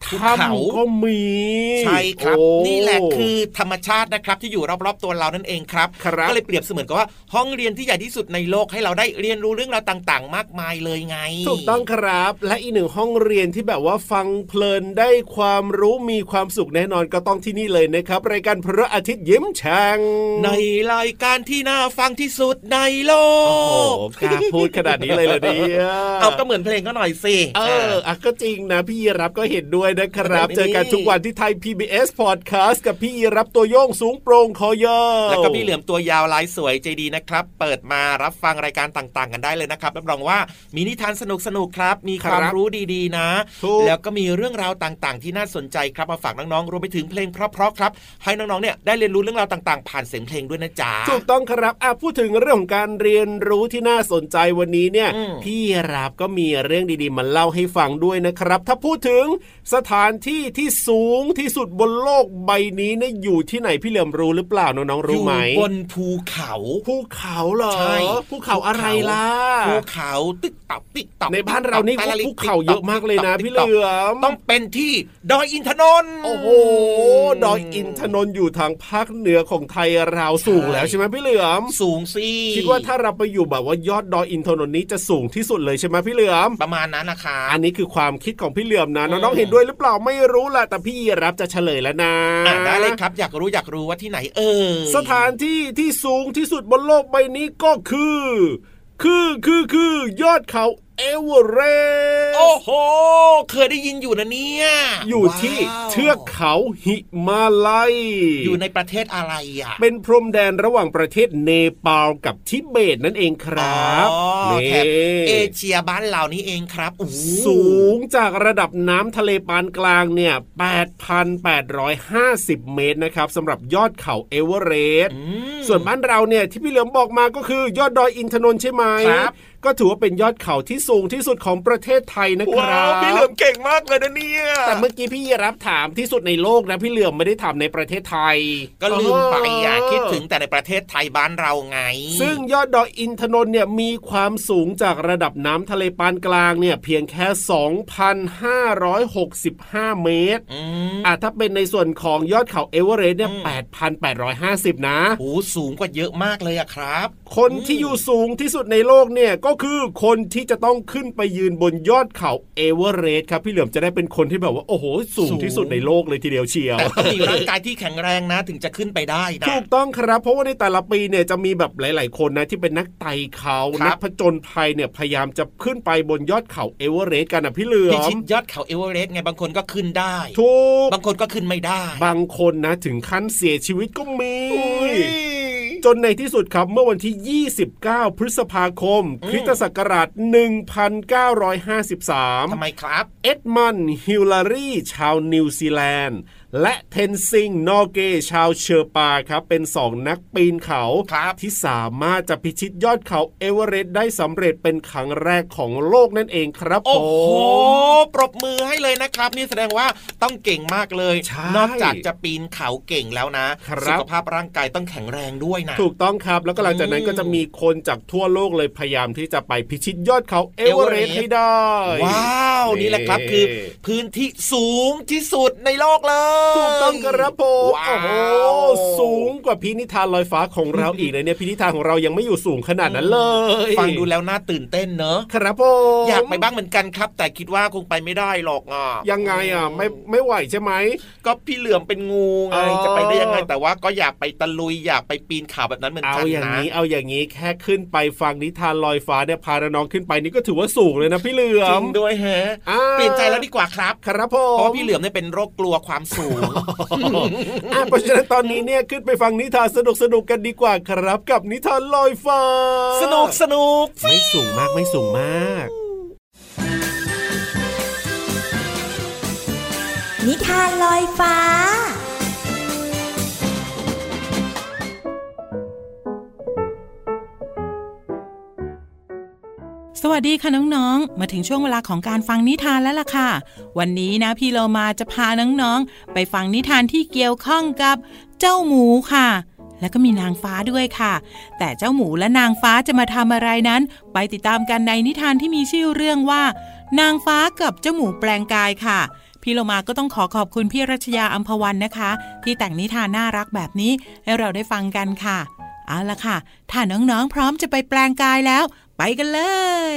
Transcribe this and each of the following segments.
ถ้ำก็มีใช่ครับนี่แหละคือธรรมชาตินะครับที่อยู่รอบๆตัวเรานั่นเองครับก็เลยเปรียบเสมือนกับว่าห้องเรียนที่ใหญ่ที่สุดในโลกให้เราได้เรียนรู้เรื่องราวต่างๆมากมายเลยไงถูกต้องครับและอีกหนึ่งห้องเรียนที่แบบว่าฟังเพลินได้ความรู้มีความสุขแน่นอนก็ต้องที่นี่เลยนะครับรายการพระอาทิตย์ยิ้มแฉ่งในรายการที่น่าฟังที่สุดในโลกโอ้โหกล้าพูดขนาดนี้เลยเหรอเนี่ยเอาก็เหมือนเพลงก็หน่อยสิก็จริงนะพี่ยีรับก็เห็นด้วยนะครับเจอกันทุกวันที่ไทย PBS Podcast กับพี่ยีรับตัวโยงสูงโปร่งคอยาวแล้วก็พี่เหลือมตัวยาวลายสวยใจดีนะครับเปิดมารับฟังรายการต่างๆกันได้เลยนะครับรับรองว่ามีนิทานสนุกๆครับมีความรู้ดีๆนะแล้วก็มีเรื่องราวต่างๆที่น่าสนใจครับมาฝากน้องๆรวมไปถึงเพลงเพราะๆครับให้น้องๆเนี่ยได้เรียนรู้เรื่องราวต่างๆผ่านเสียงเพลงด้วยนะจ๊ะถูกต้องครับพูดถึงเรื่องของการเรียนรู้ที่น่าสนใจวันนี้เนี่ยพี่รับก็มีเรื่องดีๆมาเล่าให้ฟังด้วยนะครับถ้าพูดถึงสถานที่ที่สูงที่สุดบนโลกใบนี้เนี่ยอยู่ที่ไหนพี่เหลือมรู้หรือเปล่าน้องๆรู้ไหมอยู่บนภูเขาเหรอใช่ภูเขาอะไรล่ะภูเขาติ๊กต๊อกติ๊กต๊อกในบ้านเรานี่ภูเขาเยอะมากเลยนะพี่เหลือมต้องเป็นที่ดอยอินทนนท์โอ้โหดอยอินทนนท์อยู่ทางภาคเหนือของไทยเราสูงแล้วใช่ไหมพี่เหลือมสูงสิคิดว่าถ้าเราไปอยู่แบบว่ายอดดอยอินทนนท์นี้จะสูงที่สุดเลยใช่ไหมพี่เหลือมประมาณนั้นนะคะอันนี้คือความคิดของพี่เหลือมนะน้องๆเห็นด้วยหรือเปล่าไม่รู้แหละแต่พี่รับจะเฉลยแล้วนะได้เลยครับอยากรู้ว่าที่ไหนสถานที่ที่สูงที่สุดบนโลกใบนี้ก็คือยอดเขาเอเวอเรสต์โอ้โหเคยได้ยินอยู่นะเนี่ยอยู่ที่เทือกเขาหิมาลัยอยู่ในประเทศอะไรอ่ะเป็นพรมแดนระหว่างประเทศเนปาลกับทิเบตนั่นเองครับแถบเอเชียบ้านเรานี่เองครับสูงจากระดับน้ำทะเลปานกลางเนี่ย 8,850 เมตรนะครับสำหรับยอดเขาเอเวอเรสต์ส่วนบ้านเราเนี่ยที่พี่เหลือมบอกมาก็คือยอดดอยอินทนนท์ใช่ไหมก็ถือว่าเป็นยอดเขาที่สูงที่สุดของประเทศไทยนะครับพี่เหลือมเก่งมากเลยนะเนี่ยแต่เมื่อกี้พี่รับถามที่สุดในโลกนะพี่เหลือมไม่ได้ถามในประเทศไทยก็ลืมไปคิดถึงแต่ในประเทศไทยบ้านเราไงซึ่งยอดดอยอินทนนท์เนี่ยมีความสูงจากระดับน้ำทะเลปานกลางเนี่ยเพียงแค่ 2,565 เมตรถ้าเป็นในส่วนของยอดเขาเอเวอเรสต์เนี่ย 8,850 นะโอ้สูงกว่าเยอะมากเลยอะครับคนที่อยู่สูงที่สุดในโลกเนี่ยก็คือคนที่จะต้องขึ้นไปยืนบนยอดเขาเอเวอเรสต์ครับพี่เหลือมจะได้เป็นคนที่แบบว่าโอ้โหสูงที่สุดในโลกเลยทีเดียวเชียวแต่ต้องมีร่างกายที่แข็งแรงนะถึงจะขึ้นไปได้นะถูกต้องครับเพราะว่าในแต่ละปีเนี่ยจะมีแบบหลายๆคนนะที่เป็นนักไต่เขานักผจญภัยเนี่ยพยายามจะขึ้นไปบนยอดเขาเอเวอเรสต์กันนะพี่เหลือมพิชิตยอดเขาเอเวอเรสต์ไงบางคนก็ขึ้นได้ถูกบางคนก็ขึ้นไม่ได้บางคนนะถึงขั้นเสียชีวิตก็มีจนในที่สุดครับเมื่อวันที่29พฤษภาคมคริสตศักราช1953 ทำไมครับเอ็ดมันด์ฮิลลารีชาวนิวซีแลนด์และเทนซิงนอเกชาวเชอร์ปาครับเป็น2นักปีนเขาที่สามารถจะพิชิตยอดเขาเอเวอเรสต์ได้สำเร็จเป็นครั้งแรกของโลกนั่นเองครับโอ้โหปรบมือให้เลยนะครับนี่แสดงว่าต้องเก่งมากเลยนอกจากจะปีนเขาเก่งแล้วนะสุขภาพร่างกายต้องแข็งแรงด้วยนะถูกต้องครับแล้วก็หลังจากนั้นก็จะมีคนจากทั่วโลกเลยพยายามที่จะไปพิชิตยอดเขาเอเวอเรสต์ให้ได้ว้าวนี่แหละครับคือพื้นที่สูงที่สุดในโลกเลยถูกต้องครับผมโอ้โหสูงกว่าพินิธานลอยฟ้าของเราอีกเลยเนี่ยพินิธานของเรายังไม่อยู่สูงขนาดนั้นเลยฟังดูแล้วน่าตื่นเต้นเนอะครับผมอยากไปบ้างเหมือนกันครับแต่คิดว่าคงไปไม่ได้หรอกยังไงไม่ไหวใช่ไหมก็พี่เหลือมเป็นงูไงจะไปได้ยังไงแต่ว่าก็อยากไปตะลุยอยากไปปีนเขาแบบนั้นเหมือนกันนะเอาอย่างนี้แค่ขึ้นไปฟังนิทานลอยฟ้าเนี่ยพาน้องขึ้นไปนี่ก็ถือว่าสูงเลยนะพี่เหลือมจริงด้วยฮะเปลี่ยนใจแล้วดีกว่าครับครับผมเพราะพี่เหลือมเนี่ยเป็นโรคกลัวความสูงเพราะฉะนั้นตอนนี้เนี่ยขึ้นไปฟังนิทานสนุกกันดีกว่าครับกับนิทานลอยฟ้าสนุกไม่สูงมากนิทานลอยฟ้าสวัสดีค่ะน้องๆมาถึงช่วงเวลาของการฟังนิทานแล้วล่ะค่ะวันนี้นะพี่เรามาจะพาน้องๆไปฟังนิทานที่เกี่ยวข้องกับเจ้าหมูค่ะแล้วก็มีนางฟ้าด้วยค่ะแต่เจ้าหมูและนางฟ้าจะมาทำอะไรนั้นไปติดตามกันในนิทานที่มีชื่อเรื่องว่านางฟ้ากับเจ้าหมูแปลงกายค่ะพี่โลมาก็ต้องขอบคุณพี่รัชยาอัมพวันนะคะที่แต่งนิทานน่ารักแบบนี้ให้เราได้ฟังกันค่ะเอาล่ะค่ะถ้าน้องๆพร้อมจะไปแปลงกายแล้วไปกันเลย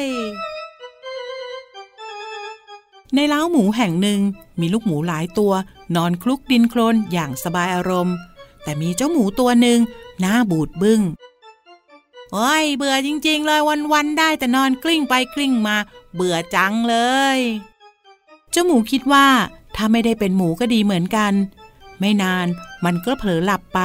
ในเล้าหมูแห่งหนึ่งมีลูกหมูหลายตัวนอนคลุกดินโคลนอย่างสบายอารมณ์แต่มีเจ้าหมูตัวหนึ่งหน้าบูดบึ้งโอ้ยเบื่อจริงๆเลยวันๆได้แต่นอนกลิ้งไปกลิ้งมาเบื่อจังเลยเจ้าหมูคิดว่าถ้าไม่ได้เป็นหมูก็ดีเหมือนกันไม่นานมันก็เผลอหลับไป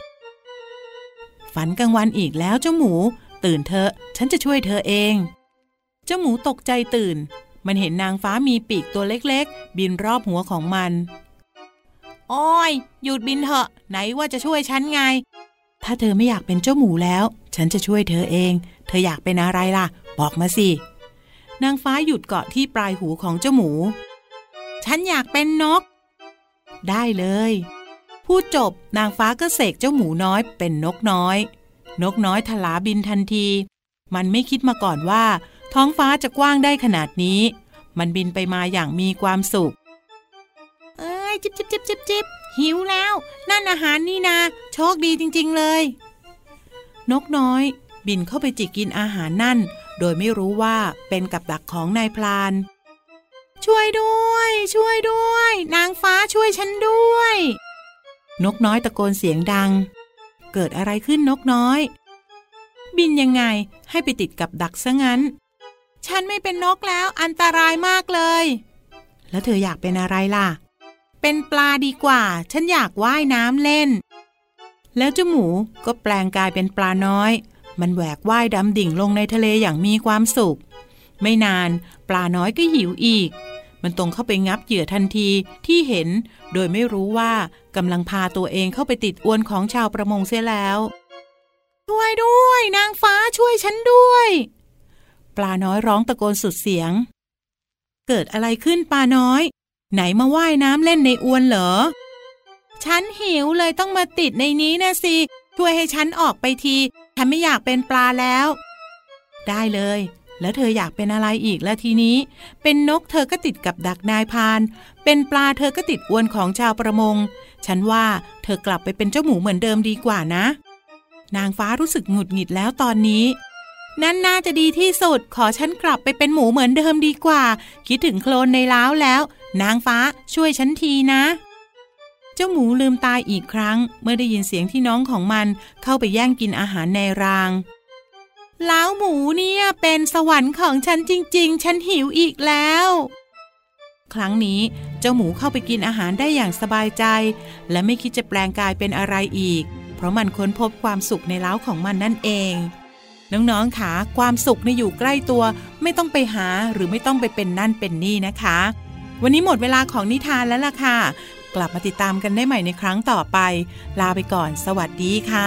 ฝันกลางวันอีกแล้วเจ้าหมูตื่นเถอะฉันจะช่วยเธอเองเจ้าหมูตกใจตื่นมันเห็นนางฟ้ามีปีกตัวเล็กๆบินรอบหัวของมันโอ้ยหยุดบินเถอะไหนว่าจะช่วยฉันไงถ้าเธอไม่อยากเป็นเจ้าหมูแล้วฉันจะช่วยเธอเองเธออยากเป็นอะไรล่ะบอกมาสินางฟ้าหยุดเกาะที่ปลายหูของเจ้าหมูฉันอยากเป็นนกได้เลยพูดจบนางฟ้าก็เสกเจ้าหมูน้อยเป็นนกน้อยนกน้อยทลาบินทันทีมันไม่คิดมาก่อนว่าท้องฟ้าจะกว้างได้ขนาดนี้มันบินไปมาอย่างมีความสุขเอ้ยจิบจิบจิบจิบจิบหิวแล้วนั่นอาหารนี่นาโชคดีจริงๆเลยนกน้อยบินเข้าไปจิกกินอาหารนั่นโดยไม่รู้ว่าเป็นกับดักของนายพรานช่วยด้วยช่วยด้วยนางฟ้าช่วยฉันด้วยนกน้อยตะโกนเสียงดังเกิดอะไรขึ้นนกน้อยบินยังไงให้ไปติดกับดักซะงั้นฉันไม่เป็นนกแล้วอันตรายมากเลยแล้วเธออยากเป็นอะไรล่ะเป็นปลาดีกว่าฉันอยากว่ายน้ำเล่นแล้วเจ้าหมูก็แปลงกายเป็นปลาน้อยมันแหวกว่ายดำดิ่งลงในทะเลอย่างมีความสุขไม่นานปลาน้อยก็หิวอีกมันตรงเข้าไปงับเหยื่อทันทีที่เห็นโดยไม่รู้ว่ากำลังพาตัวเองเข้าไปติดอวนของชาวประมงเสียแล้วช่วยด้วยนางฟ้าช่วยฉันด้วยปลาน้อยร้องตะโกนสุดเสียงเกิดอะไรขึ้นปลาน้อยไหนมาว่ายน้ำเล่นในอวนเหรอฉันหิวเลยต้องมาติดในนี้นะสิช่วยให้ฉันออกไปทีฉันไม่อยากเป็นปลาแล้วได้เลยแล้วเธออยากเป็นอะไรอีกล่ะทีนี้เป็นนกเธอก็ติดกับดักนายพรานเป็นปลาเธอก็ติดอวนของชาวประมงฉันว่าเธอกลับไปเป็นเจ้าหมูเหมือนเดิมดีกว่านะนางฟ้ารู้สึกหงุดหงิดแล้วตอนนี้นั่นน่าจะดีที่สุดขอฉันกลับไปเป็นหมูเหมือนเดิมดีกว่าคิดถึงโคลนในเล้าแล้วนางฟ้าช่วยฉันทีนะเจ้าหมูลืมตาอีกครั้งเมื่อได้ยินเสียงที่น้องของมันเข้าไปแย่งกินอาหารในรางเล้าหมูเนี่ยเป็นสวรรค์ของฉันจริงๆฉันหิวอีกแล้วครั้งนี้เจ้าหมูเข้าไปกินอาหารได้อย่างสบายใจและไม่คิดจะแปลงกายเป็นอะไรอีกเพราะมันค้นพบความสุขในเล้าของมันนั่นเองน้องๆค่ะความสุขในอยู่ใกล้ตัวไม่ต้องไปหาหรือไม่ต้องไปเป็นนั่นเป็นนี่นะคะวันนี้หมดเวลาของนิทานแล้วล่ะค่ะกลับมาติดตามกันได้ใหม่ในครั้งต่อไปลาไปก่อนสวัสดีค่ะ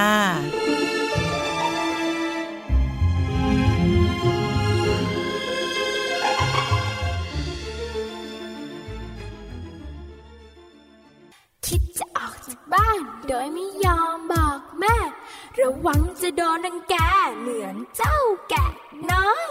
คิดจะออกจากบ้านโดยไม่ยอมบอกแม่ระวังจะโดนรังแกเหมือนเจ้าแกะน้อย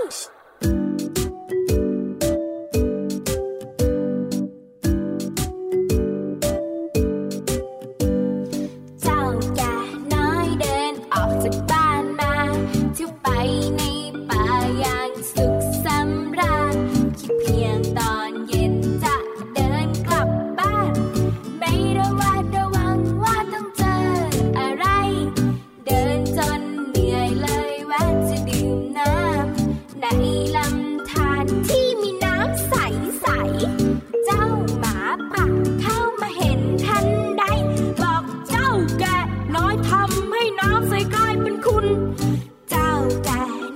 เจ้าแกะน้อยเดินออกจากบ้านมาเที่ยวไปในป่าอย่างสุขสำราญคิดเพียงตอนเย็นจะเดินกลับบ้านไม่ระวังว่าต้องเจออะไรเดินจนเหนื่อยเลยแวะจะดื่มน้ำในลำธารที่มีน้ำใสๆเจ้าหมาป่าเข้ามาเห็นทันใดบอกเจ้าแกะน้อยทำให้น้ำใสกลายเป็นคุณเจ้าแกะ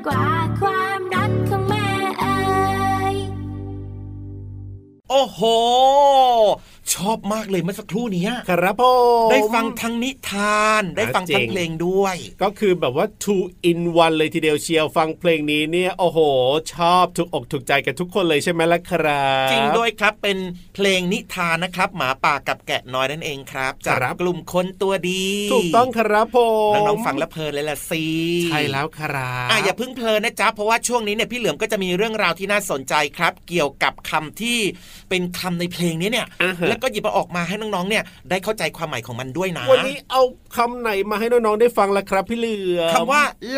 กว่าความรักของแม่เอ๋ยโอ้โหชอบมากเลยเมื่อสักครู่นี้ครับพ่อได้ฟังทั้งนิทานได้ฟังทั้งเพลงด้วยก็คือแบบว่า two in one เลยทีเดียวเชียวฟังเพลงนี้เนี่ยโอ้โหชอบถูกอกถูกใจกันทุกคนเลยใช่ไหมล่ะครับจริงด้วยครับเป็นเพลงนิทานนะครับหมาป่ากับแกะน้อยนั่นเองครับจากกลุ่มคนตัวดีถูกต้องครับผมน้องๆฟังแล้วเพลินเลยล่ะสิใช่แล้วครับอย่าเพิ่งเพลินนะจ๊ะเพราะว่าช่วงนี้เนี่ยพี่เหลือมก็จะมีเรื่องราวที่น่าสนใจครับเกี่ยวกับคำที่เป็นคำในเพลงนี้เนี่ยแล้วก็หยิบมาออกมาให้น้องๆเนี่ยได้เข้าใจความหมายของมันด้วยนะวันนี้เอาคำไหนมาให้น้องๆได้ฟังล่ะครับพี่เหลือมคำว่าล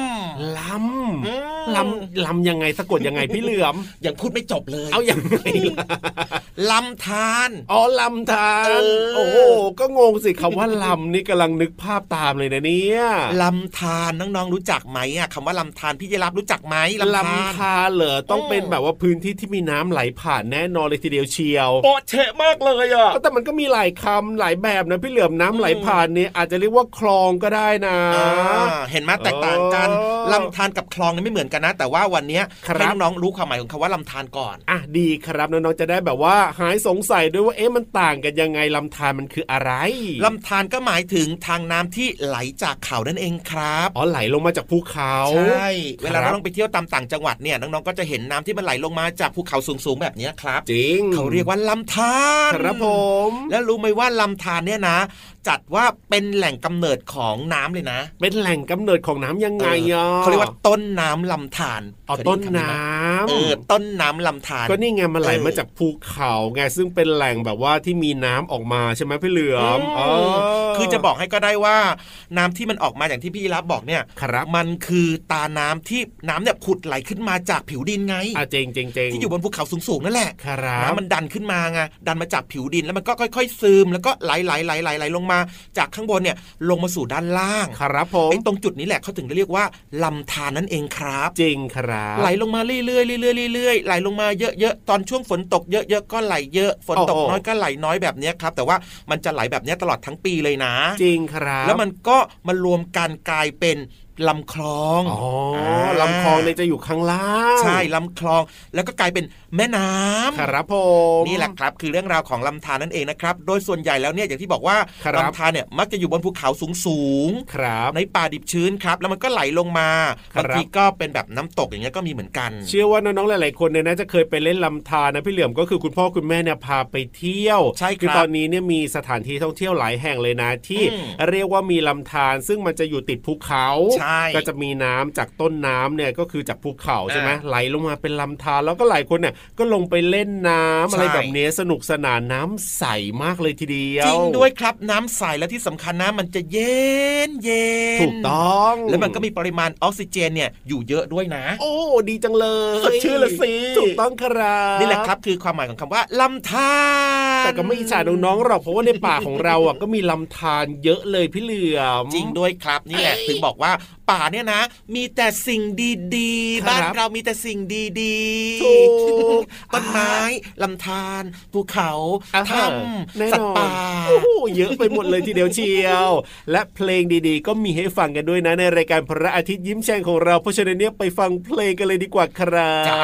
ำยังไงสะกดยังไงพี่เหลือมยังพูดไม่จบเลยเอาอย่างไรล่ะลำธารลำธารโอ้โหก็งงสิคำว่าลำนี่กำลังนึกภาพตามเลยนะเนี่ยลำธารน้องๆรู้จักไหมคำว่าลำธารพี่จะรับรู้จักไหมลำธารเหรอต้องเป็นแบบว่าพื้นที่ที่มีน้ำไหลผ่านแน่นอนเลยทีเดียวเชียวโป๊ะเชะมากเลยแต่มันก็มีหลายคำหลายแบบนะพี่เหลือมน้ำไหลผ่านเนี่ยอาจจะเรียกว่าคลองก็ได้นะเห็นไหมแตกต่างกันลำธารกับคลองนี่ไม่เหมือนกันนะแต่ว่าวันนี้ให้น้องๆรู้ความหมายของคำว่าลำธารก่อนดีครับน้องๆจะได้แบบว่าหายสงสัยด้วยว่ามันต่างกันยังไงลำธารมันคืออะไรลำธารก็หมายถึงทางน้ำที่ไหลจากเขานั่นเองครับไหลลงมาจากภูเขาใช่เวลาเราลงไปเที่ยวตามต่างจังหวัดเนี่ยน้องๆก็จะเห็นน้ำที่มันไหลลงมาจากภูเขาสูงๆแบบนี้ครับจริงเขาเรียกว่าลำธารครับผมแล้วรู้ไหมว่าลำธารเนี่ยนะจัดว่าเป็นแหล่งกำเนิดของน้ำเลยนะเป็นแหล่งกำเนิดของน้ำยังไงเขาเรียกว่าต้นน้ำลำธารต้นน้ำต้นน้ำลำธารก็นี่ไงมันไหลมาจากภูเขาไงซึ่งเป็นแหล่งแบบว่าที่มีน้ำออกมาใช่ไหมพี่เหลือมคือจะบอกให้ก็ได้ว่าน้ำที่มันออกมาอย่างที่พี่รับบอกเนี่ยมันคือตาน้ำที่น้ำเนี่ยผุดไหลขึ้นมาจากผิวดินไงจริงที่อยู่บนภูเขาสูงๆนั่นแหละน้ำมันดันขึ้นมาไงดันมาจากผิวดินแล้วมันก็ค่อยๆซึมแล้วก็ไหลลงมาจากข้างบนเนี่ยลงมาสู่ด้านล่างครับผมตรงจุดนี้แหละเขาถึงเรียกว่าลำธารนั่นเองครับจริงครับไหลลงมาเรื่อยๆไหลลงมาเยอะๆตอนช่วงฝนตกเยอะๆก็ไหลเยอะฝนตกน้อยก็ไหลน้อยแบบนี้ครับแต่ว่ามันจะไหลแบบนี้ตลอดทั้งปีเลยนะจริงครับแล้วมันก็มารวมกันกลายเป็นลำคลองลำคลองเนี่ยจะอยู่ข้างล่างใช่ลำคลองแล้วก็กลายเป็นแม่น้ำครับผมนี่แหละครับคือเรื่องราวของลำธารนั่นเองนะครับโดยส่วนใหญ่แล้วเนี่ยอย่างที่บอกว่าลำธารเนี่ยมักจะอยู่บนภูเขาสูงในป่าดิบชื้นครับแล้วมันก็ไหลลงมาบางทีก็เป็นแบบน้ำตกอย่างเงี้ยก็มีเหมือนกันเชื่อว่าน้องๆหลายๆคนเนี่ยน่าจะเคยไปเล่นลำธารนะพี่เหลือมก็คือคุณพ่อคุณแม่เนี่ยพาไปเที่ยวใช่คือตอนนี้เนี่ยมีสถานที่ท่องเที่ยวหลายแห่งเลยนะที่เรียกว่ามีลำธารซึ่งมันจะอยู่ติดภูเขาก็จะมีน้ำจากต้นน้ำเนี่ยก็คือจากภูเขาใช่ไหมไหลลงมาเป็นลำธารแล้วก็หลายคนเนี่ยก็ลงไปเล่นน้ำอะไรแบบนี้สนุกสนานน้ำใสมากเลยทีเดียวจริงด้วยครับน้ำใสและที่สำคัญนะมันจะเย็นถูกต้องแล้วมันก็มีปริมาณออกซิเจนเนี่ยอยู่เยอะด้วยนะโอ้ดีจังเลยสดชื่นละสิถูกต้องครับนี่แหละครับคือความหมายของคำว่าลำธารแต่ก็ไม่อิจฉาน้องๆหรอกเพราะว่าในป่าของเราก็มีลำธารเยอะเลยพี่เหลือมจริงด้วยครับนี่แหละถึงบอกว่าป่าเนี่ยนะมีแต่สิ่งดีๆบ้านเรามีแต่สิ่งดีๆต้นไม้ลำธารภูเขาถ้ำสัตว์ป่าเยอะไปหมดเลยทีเดียวเชียวและเพลงดีๆก็มีให้ฟังกันด้วยนะในรายการพระอาทิตย์ยิ้มแฉ่งของเราเพราะฉะนั้นเนี่ยไปฟังเพลงกันเลยดีกว่าครับจ้า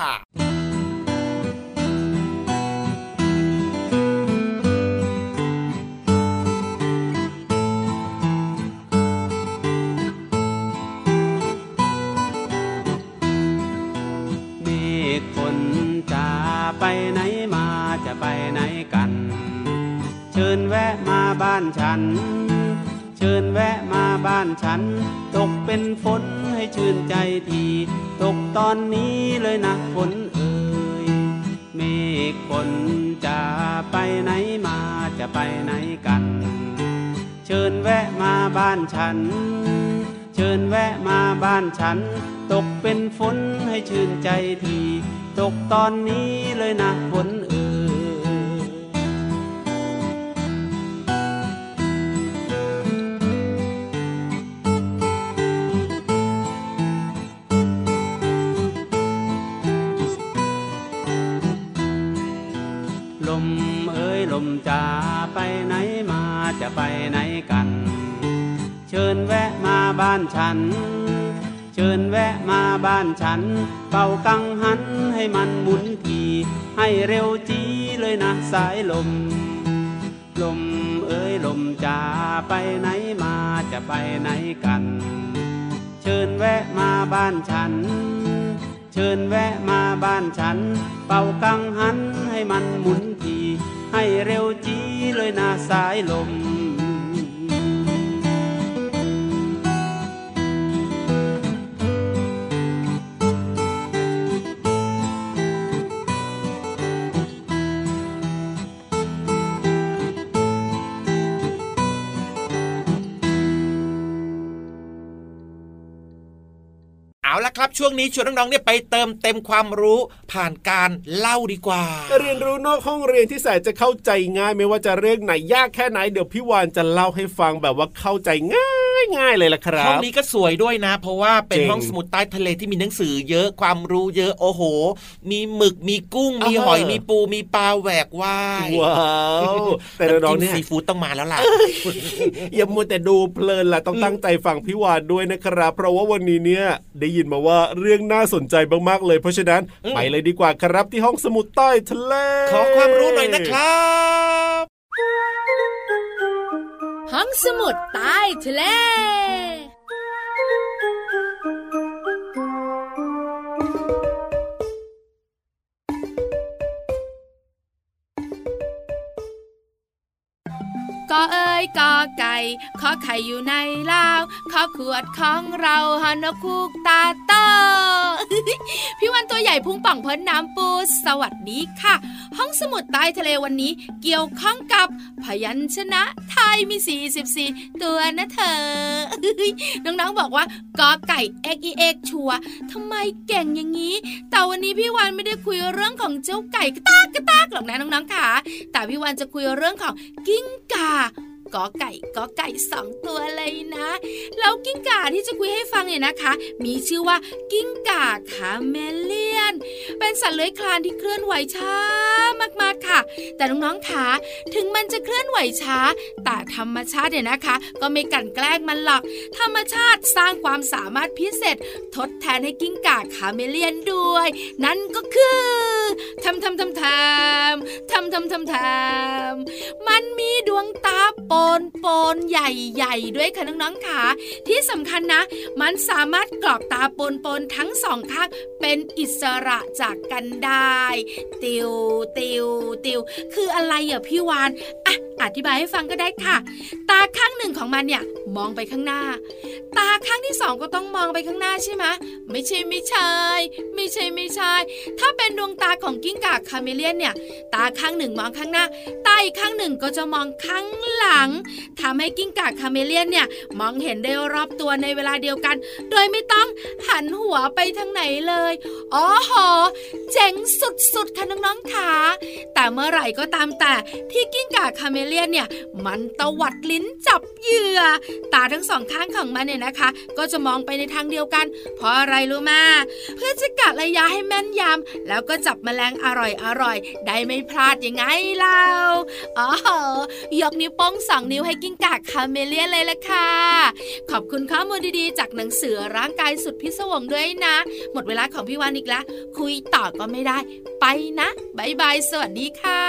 ไปไหนมาจะไปไหนกันเชิญแวะมาบ้านฉันเชิญแวะมาบ้านฉันตกเป็นฝนให้ชื่นใจทีตกตอนนี้เลยนะฝนเอ่ยเมฆฝนจะไปไหนมาจะไปไหนกันเชิญแวะมาบ้านฉันเชิญแวะมาบ้านฉันตกเป็นฝนให้ชื่นใจทีตกตอนนี้เลยนะฝนเอ่ยลมเอ่ยลมจะไปไหนมาจะไปไหนกันเชิญแวะมาบ้านฉันเชิชิญแวะมาบ้านฉันเป่ากังหันให้มันหมุนทีให้เร็วจีเลยนะสายลมลมเอ้ยลมจะไปไหนมาจะไปไหนกันเชิญแวะมาบ้านฉันเชิญแวะมาบ้านฉันเป่ากังหันให้มันหมุนทีให้เร็วจีเลยนะสายลมเอาละครับช่วงนี้ชวนน้องๆเนี่ยไปเติมเต็มความรู้ผ่านการเล่าดีกว่าเรียนรู้นอกห้องเรียนที่แสนจะเข้าใจง่ายไม่ว่าจะเรื่องไหนยากแค่ไหนเดี๋ยวพี่วานจะเล่าให้ฟังแบบว่าเข้าใจง่ายเลยล่ะครับห้องนี้ก็สวยด้วยนะเพราะว่าเป็นห้องสมุดใต้ทะเลที่มีหนังสือเยอะความรู้เยอะโอ้โหมีหมึกมีกุ้งมีหอยมีปูมีปลาแหวกว่ายว้าวแต่น้องเนี่ยซีฟู้ดต้องมาแล้วล่ะอย่ามัวแต่ดูเพลินล่ะต้องตั้งใจฟังพี่วานด้วยนะครับเพราะว่าวันนี้เนี่ยได้ยินมาว่าเรื่องน่าสนใจมากๆเลยเพราะฉะนั้นไปเลยดีกว่าครับที่ห้องสมุดใต้ทะเลขอความรู้หน่อยนะครับห้องสมุดใต้ทะเลกอเอ้ยกอไก่ขอไข่อยู่ในลาวขอขวดของเราหอนกคูกตาโต พี่วันตัวใหญ่พุงป่องพ้นน้ำปูสวัสดีค่ะห้องสมุดใต้ทะเลวันนี้เกี่ยวข้องกับพยัญชนะไทยมี44ตัวนะเธอ น้องๆบอกว่ากอไก่เอ็กอีเอ็กชัวทำไมเก่งอย่างนี้แต่วันนี้พี่วันไม่ได้คุยเรื่องของเจ้าไก่กระตากกระตากหรอกนะน้องๆค่ะแต่พี่วันจะคุยเรื่องของกิ้งก่ากอไก่2ตัวเลยนะแล้วกิ้งก่าที่จะคุยให้ฟังเนี่ยนะคะมีชื่อว่ากิ้งก่าคาเมเลียนเป็นสัตว์เลื้อยคลานที่เคลื่อนไหวช้ามากๆค่ะแต่น้องๆค่ะถึงมันจะเคลื่อนไหวช้าแต่ธรรมชาติเนี่ยนะคะก็ไม่กลั่นแกล้งมันหรอกธรรมชาติสร้างความสามารถพิเศษทดแทนให้กิ้งก่าคาเมเลียนด้วยนั่นก็คือทำมันมีดวงตาโปนใหญ่ๆด้วยค่ะน้องๆค่ะที่สำคัญนะมันสามารถกรอกตาปนทั้งสองข้างเป็นอิสระจากกันได้ติวคืออะไรอ่ะพี่วานอธิบายให้ฟังก็ได้ค่ะตาข้างหนึ่งของมันเนี่ยมองไปข้างหน้าตาข้างที่สองก็ต้องมองไปข้างหน้าใช่ไหมไม่ใช่ถ้าเป็นดวงตาของกิ้งก่าคาเมเลียนเนี่ยตาข้างหนึ่งมองข้างหน้าตาอีกข้างหนึ่งก็จะมองข้างหลังทำให้กิ้งก่าคาเมเลียนเนี่ยมองเห็นได้รอบตัวในเวลาเดียวกันโดยไม่ต้องหันหัวไปทางไหนเลยอ๋อหอเจ๋งสุดๆค่ะน้องๆค่ะแต่เมื่อไหร่ก็ตามแต่ที่กิ้งก่าคาเมเลียนเนี่ยมันตวัดลิ้นจับเหยื่อตาทั้งสองข้างของมันเนี่ยนะคะก็จะมองไปในทางเดียวกันเพราะอะไรรู้มาเพื่อจะกะระยะให้แม่นยำแล้วก็จับแมลงอร่อยได้ไม่พลาดยังไงเล่ายกนิ้วโป้ง2 นิ้วให้กิ้งก่าคาเมเลียนเลยล่ะค่ะขอบคุณข้อมูลดีๆจากหนังสือร่างกายสุดพิศวงด้วยนะหมดเวลาของพี่วานอีกแล้วคุยต่อก็ไม่ได้ไปนะบ๊ายบายสวัสดีค่ะ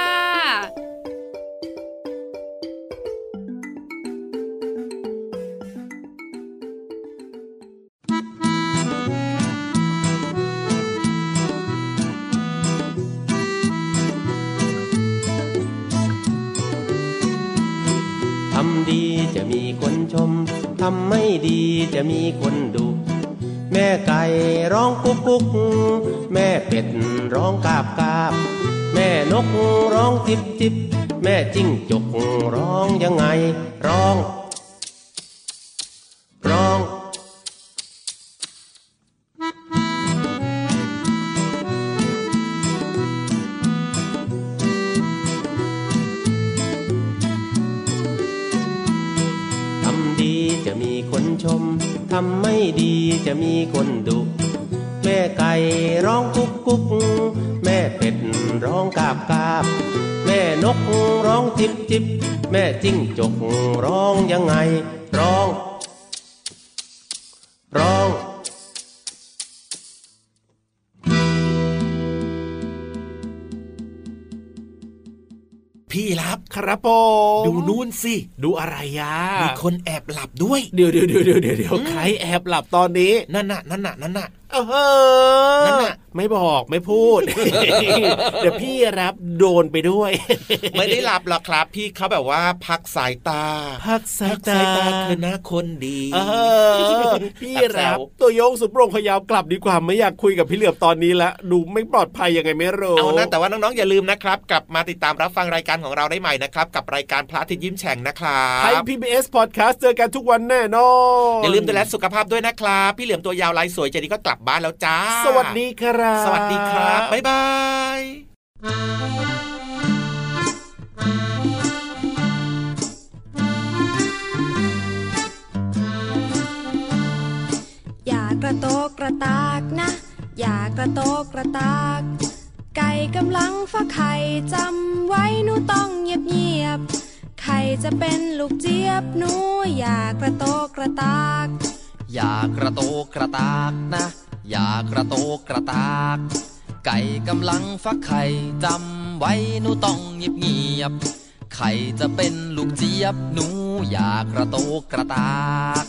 ทำดีจะมีคนชมทำไม่ดีจะมีคนดุแม่ไก่ร้องกุ๊กกุ๊กแม่เป็ดร้องกาบกาบแม่นกร้องจิบจิบแม่จิ้งจกร้องยังไงร้องจะมีคนชมทำไม่ดีจะมีคนดุแม่ไก่ร้องกุ๊กกุ๊กแม่เป็ดร้องกาบกาบแม่นกร้องจิบจิบแม่จิ้งจกร้องยังไงร้องพี่รับครับผมดูนู่นสิดูอะไรมีคนแอบหลับด้วยเดี๋ยวใครแอบหลับตอนนี้นั่นน่ะนั่นน่ะไม่บอกไม่พูด เดี๋ยวพี่รับโดนไปด้วยไม่ได้หลับหรอกครับพี่เขาแบบว่าพักสายตาเธอหน้าคนดีพี่รับตัวโยงสุดโปร่งขยาวกลับดีกว่าไม่อยากคุยกับพี่เหลือบตอนนี้ละดูไม่ปลอดภัยยังไงไม่รู้เอานะแต่ว่าน้องๆอย่าลืมนะครับกลับมาติดตามรับฟังรายการของเราได้ใหม่นะครับกับรายการพระอาทิตย์ยิ้มแฉ่งนะครับไทย PBS Podcast เจอกันทุกวันแน่นอนอย่าลืมดูแลสุขภาพด้วยนะครับพี่เหลือมตัวยาวลายสวยใจดีก็กลับบ้านแล้วจ้าสวัสดีครับสวัสดีครับบ๊ายบายอย่ากระโตกกระตากนะอย่ากระโตกกระตากไก่กำลังฟักไข่จำไว้หนูต้องเงียบไข่จะเป็นลูกเจี๊ยบหนูอย่ากระโตกกระตากอย่ากระโตกกระตากนะอย่ากระโตกกระตากไก่กำลังฟักไข่จำไว้หนูต้องเงียบไข่จะเป็นลูกเจี๊ยบหนูอย่ากระโตกกระตาก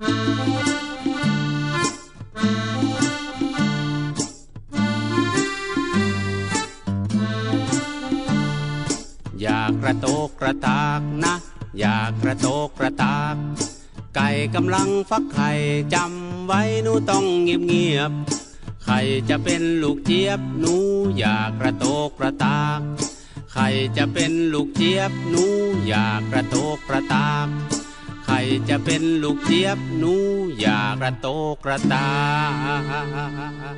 อย่ากระโตกกระตากนะอย่ากระโตกกระตากไก่กำลังฟักไข่จำไว้หนูต้องเงียบไข่จะเป็นลูกเจี๊ยบหนูอย่ากระโตกกระตากไข่จะเป็นลูกเจี๊ยบหนูอย่ากระโตกกระตากไข่จะเป็นลูกเจี๊ยบหนูอย่ากระโตกกระตาก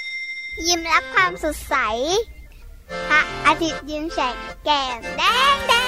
ยิ้มรับความสดใสพระอาทิตย์ยิ้มแฉกแก้มแดง